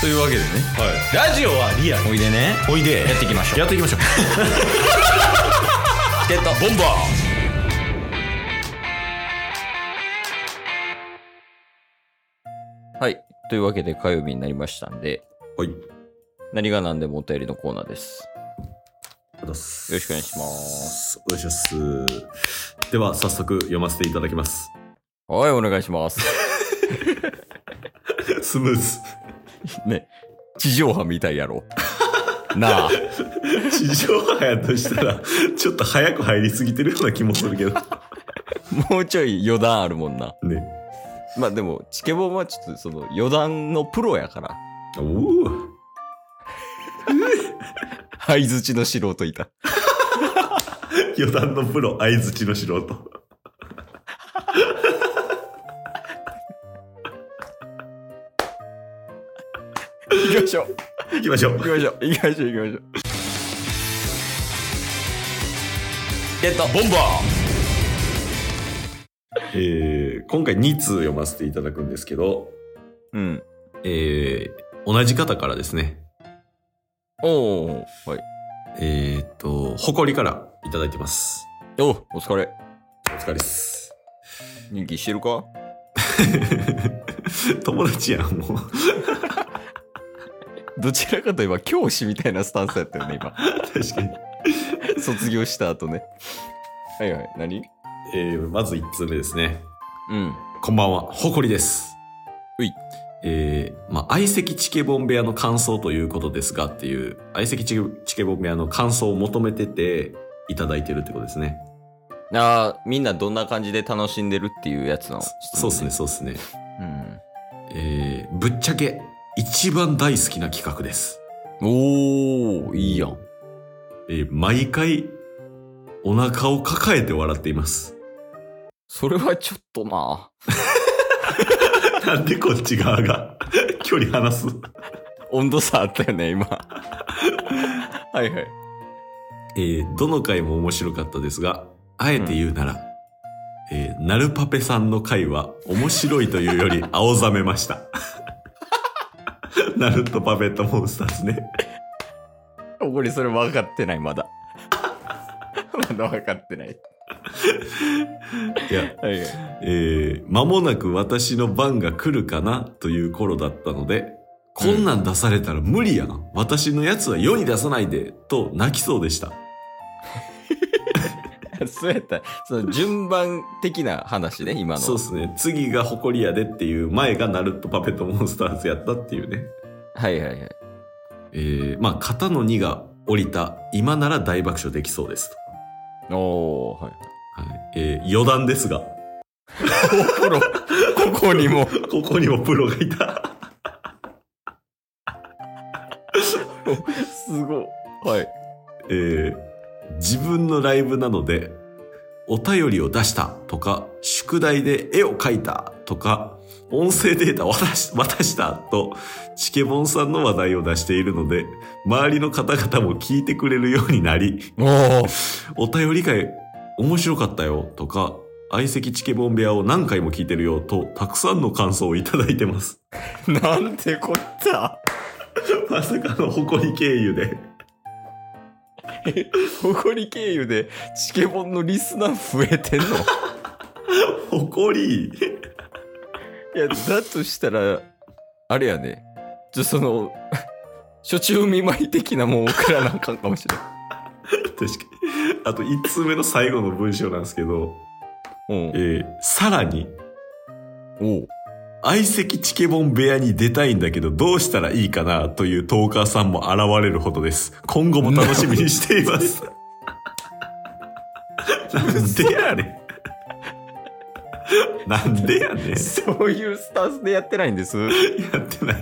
というわけでね、 ラジオはリアル。 おいでね、 おいで。 やっていきましょう。 やっていきましょう。 チケットボンバー。はい。というわけで火曜日になりましたんで、 はい。 何が何でもお便りのコーナーです。 よろしよろしくお願いします。 お願いします。では、早速読ませていただきます。 はい、お願いします。 スムーズ。 ね、地上波みたいやろ。なあ。 地上波やとしたら、ちょっと早く入りすぎてるような気もするけど。 もうちょい余談あるもんな。 ね。 まあでも、チケボンはちょっとその余談のプロやから。 おお。 相づちの素人いた。 余談のプロ、相づちの素人。 行きましょう。 行きましょう。 行きましょう。行きましょう。行きましょう。ゲットボンバー。今回2通読ませていただくんですけど、 うん。 同じ方からですね。 おー、はい。 ほこりからいただいてます。 お疲れ。 お疲れです。 人気してるか？ 友達やん、もう。 どちらかといえば教師みたいなスタンスやったよね、今。 確かに。 卒業した後ね。はいはい、何？ まず1通目ですね。 うん。 こんばんは、ほこりです。 うい。 相席チケボン部屋の感想ということですがっていう、相席チケボン部屋の感想を求めてていただいてるってことですね。 ああ、みんなどんな感じで楽しんでるっていうやつの質問、ね。 そうですね、そうですね。 うん。 ぶっちゃけ一番大好きな企画です。 おー、いいやん。 毎回お腹を抱えて笑っています。 それはちょっとな。 なんでこっち側が距離離す？ 温度差あったよね、今。はいはい。 どの回も面白かったですが、あえて言うなら、ナルパペさんの回は面白いというより青ざめました。ナルトパペットモンスターズね。 これそれ分かってない、まだ。まだ分かってない。 いや、 はいはい。 間もなく私の番が来るかなという頃だったので、こんなん出されたら無理やん。私のやつは世に出さないで、と泣きそうでした。 そうやった。その順番的な話ね、今の。 そうですね。次が誇りやでっていう、前がナルトパペットモンスターズやったっていうね。 はいはいはい。 肩の荷が降りた、今なら大爆笑できそうですと。 おー、はい。 はい。余談ですが。 プロ、ここにも。 ここにもプロがいた。 すごい。はい。 自分のライブなので、お便りを出したとか、宿題で絵を描いたとか、音声データ渡したと、チケボンさんの話題を出しているので、周りの方々も聞いてくれるようになり、お便り会面白かったよとか、相席チケボン部屋を何回も聞いてるよと、たくさんの感想をいただいてます。 なんてこった。 まさかの誇り経由で。 誇り経由でチケボンのリスナー増えてんの？ 誇り。 いや、だとしたら、あれやね。その、初中見舞い的なもんを送らなあかんかもしれん。 確かに。あと、1通目の最後の文章なんですけど、さらに、相席チケボン部屋に出たいんだけどどうしたらいいかなというトーカーさんも現れるほどです。今後も楽しみにしています。なんでやねん。なんでやねん。 そういうスタンスでやってないんです。 やってない。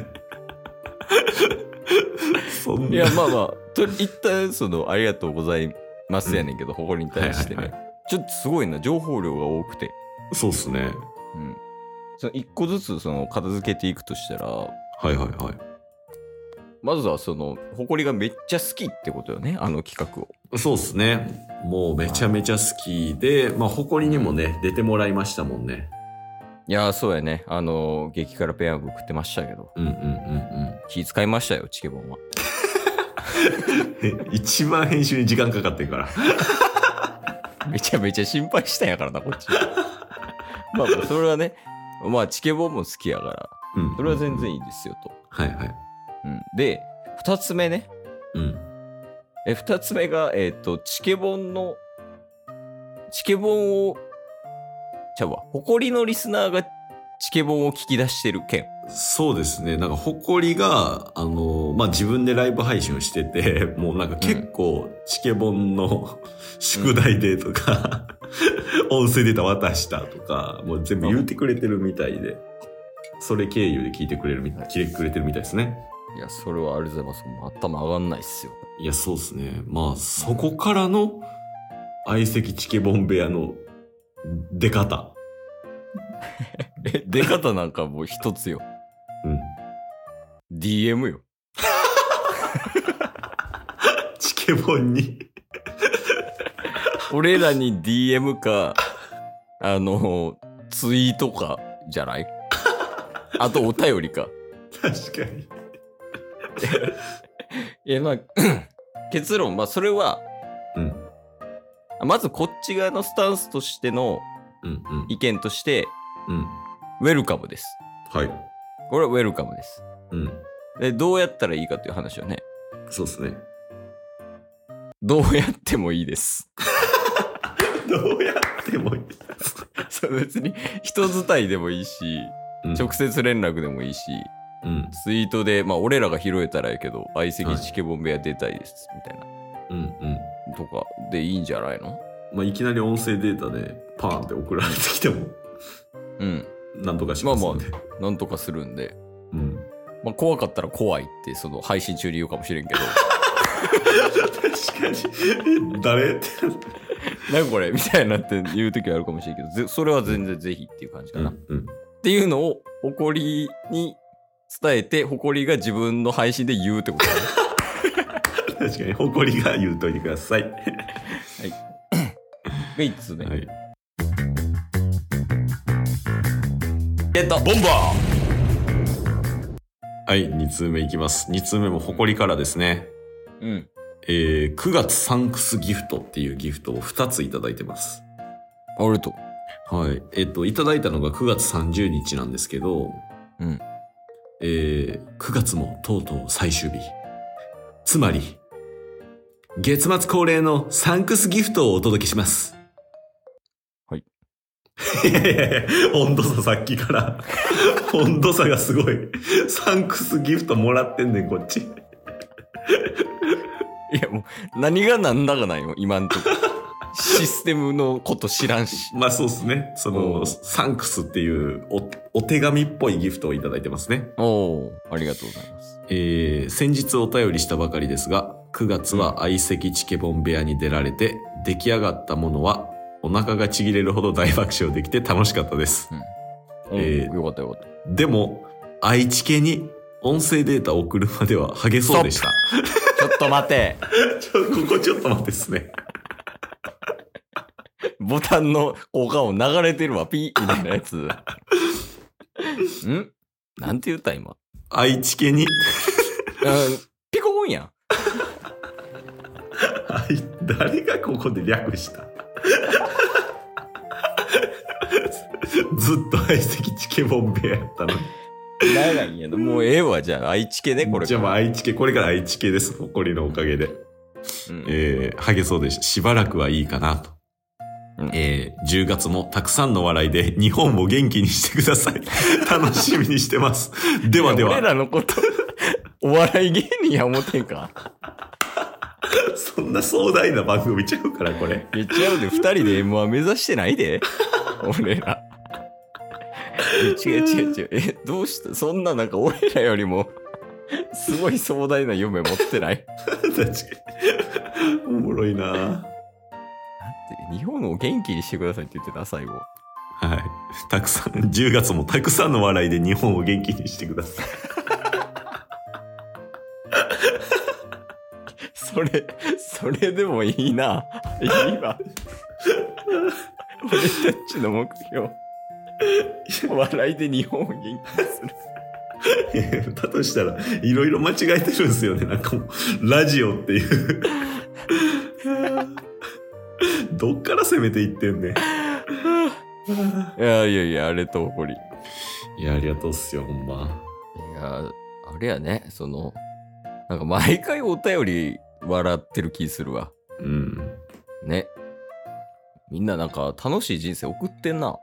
そんな。 いや、まあまあ、一旦ありがとうございますやねんけど、誇りに対してね。ちょっとすごいな、情報量が多くて。 そうっすね。 うん。一個ずつ片付けていくとしたら、 はいはいはい。 まずは誇りがめっちゃ好きってことよね、あの企画を。 そうっすね。もうめちゃめちゃ好きで、まあ誇りにもね、出てもらいましたもんね。 いやー、そうやね。激辛ペヤング食ってましたけど。 うんうんうん気使いましたよ、チケボンは。 うん。一番編集に時間かかってるから。 めちゃめちゃ心配したんやからな、こっち。まあ、それはね、まあ、チケボンも好きやから、 うん。 それは全然いいですよ、と。 はいはい。 うん。で、二つ目ね。 うん。 二つ目が、チケボンを、誇りのリスナーがチケボンを聞き出してる件。 そうですね。なんか、誇りが、まあ、自分でライブ配信をしてて、もうなんか結構、チケボンの宿題でとか、音声データ渡したとか、もう全部言ってくれてるみたいで、それ経由で聞いてくれてるみたいですね。 いや、それはありがとうございます。もう頭上がんないっすよ。 いや、そうですね。まあ、そこからの、相席チケボン部屋の出方。 出方なんかもう一つよ。 うん。 DM よ。 チケボンに。 俺らに DM か、ツイートか、じゃないあとお便りか。 確かに。 いや、まあ、結論、まあ、それは、 うん。 まずこっち側のスタンスとしてのうんうん。 意見として、 うん。 ウェルカムです。 はい。 これはウェルカムです。 うん。 で、どうやったらいいかという話はね、 そうですね。 どうやってもいいです。 どうやってもいい。 そう別に人伝いでもいいし、 うん直接連絡でもいいし、 うん。 ツイートで、まあ俺らが拾えたらやけど、相席チケボン部屋出たいです、みたいな。 うんうん。 とかでいいんじゃないの？ まあ、いきなり音声データでパーンって送られてきても、 うん。 なんとかしますんで。 なんとかするんで。 うん。 まあ怖かったら怖いって、その配信中に言うかもしれんけど。 確かに。誰って。 何これみたいになって言うときはあるかもしれんけど、それは全然ぜひっていう感じかな。 うん。 っていうのを、誇りに伝えて、誇りが自分の配信で言うってことだね。 確かに、誇りが言うといてください。 が1つ目。 はい。 ボンバはい、2通目いきます。2通目も誇りからですね。 ー。うん。 9月サンクスギフトっていうギフトを2ついただいてます。 俺と。 はい。いただいたのが9月30日なんですけど、 うん。 9月もとうとう最終日。つまり、月末恒例のサンクスギフトをお届けします。 はい。 いやいやいや、温度差さっきから。温度差がすごい。サンクスギフトもらってんねん、こっち。 いやもう、何がなんだかないよ、今んとこ。システムのこと知らんし。 まあそうですね。その、サンクスっていうお手紙っぽいギフトをいただいてますね。 おー、ありがとうございます。 先日お便りしたばかりですが、9月は相席チケボン部屋に出られて、出来上がったものはお腹がちぎれるほど大爆笑できて楽しかったです。 よかったよかった。 でも、愛知県に音声データを送るまではハゲそうでした。 ちょっと待て。 ここちょっと待ってですね。 ボタンの効果音流れてるわ、ピーみたいなやつ。んなんて言った今。 愛知県にピコボンやん。 誰がここで略したずっと相席チケボン部屋やったのに。 長いんやの。もうええわ、じゃあ愛知県ね、これ。 じゃあもう愛知県、これから愛知県です。誇りのおかげで。ハゲそうでしばらくはいいかなと。10月もたくさんの笑いで日本を元気にしてください。楽しみにしてます。ではでは。 俺らのこと、お笑い芸人や思ってんか。 そんな壮大な番組ちゃうから、これ。 言っちゃうで、二人で M1 目指してないで。俺ら。違う。どうしたそんななんか俺らよりも、すごい壮大な夢持ってない確かに。おもろいな。 日本を元気にしてくださいって言ってた、最後。 はい。たくさん、10月もたくさんの笑いで日本を元気にしてください。 それでもいいな。いいわ。俺たちの目標。 笑いで日本を元気にする。 だとしたら、いろいろ間違えてるんですよね。なんかもう、ラジオっていう。どっから攻めていってんねん。 いやいやいや、あれと誇り。 いや、ありがとうっすよ、ほんま。 いや、あれやね、なんか毎回お便り笑ってる気するわ。 うん。 ね。みんななんか楽しい人生送ってんな。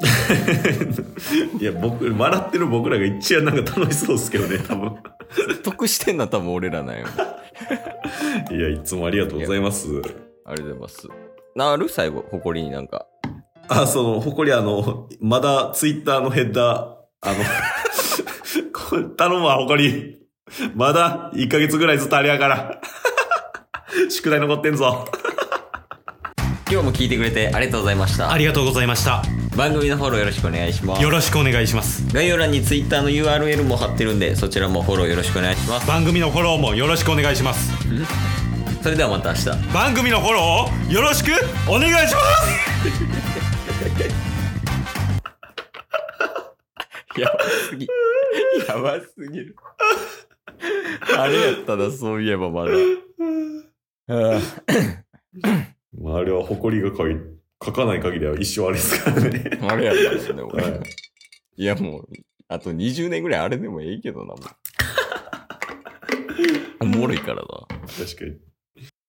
いや、笑ってる僕らが一番なんか楽しそうっすけどね、多分。 得してんのは多分俺らなんよ。 いや、いつもありがとうございます。 ありがとうございます。なる最後、誇りになんか。 誇りまだツイッターのヘッダー、これ頼むわ、誇り。まだ1ヶ月ぐらいずっとあれやから。宿題残ってんぞ。 今日も聞いてくれてありがとうございました。 ありがとうございました。 番組のフォローよろしくお願いします。 よろしくお願いします。 概要欄に Twitter の URL も貼ってるんで、そちらもフォローよろしくお願いします。 番組のフォローもよろしくお願いします。 それではまた明日。 番組のフォローをよろしくお願いします。 やばすぎ。やばすぎる。あれやったな、そういえばまだ。 まあ、あれは誇りが書かない限りは一生あれですからね。 あれやったんね、俺。 はいいやもう、あと20年ぐらいあれでもいいけどな、もう。おもろいからな。 確かに。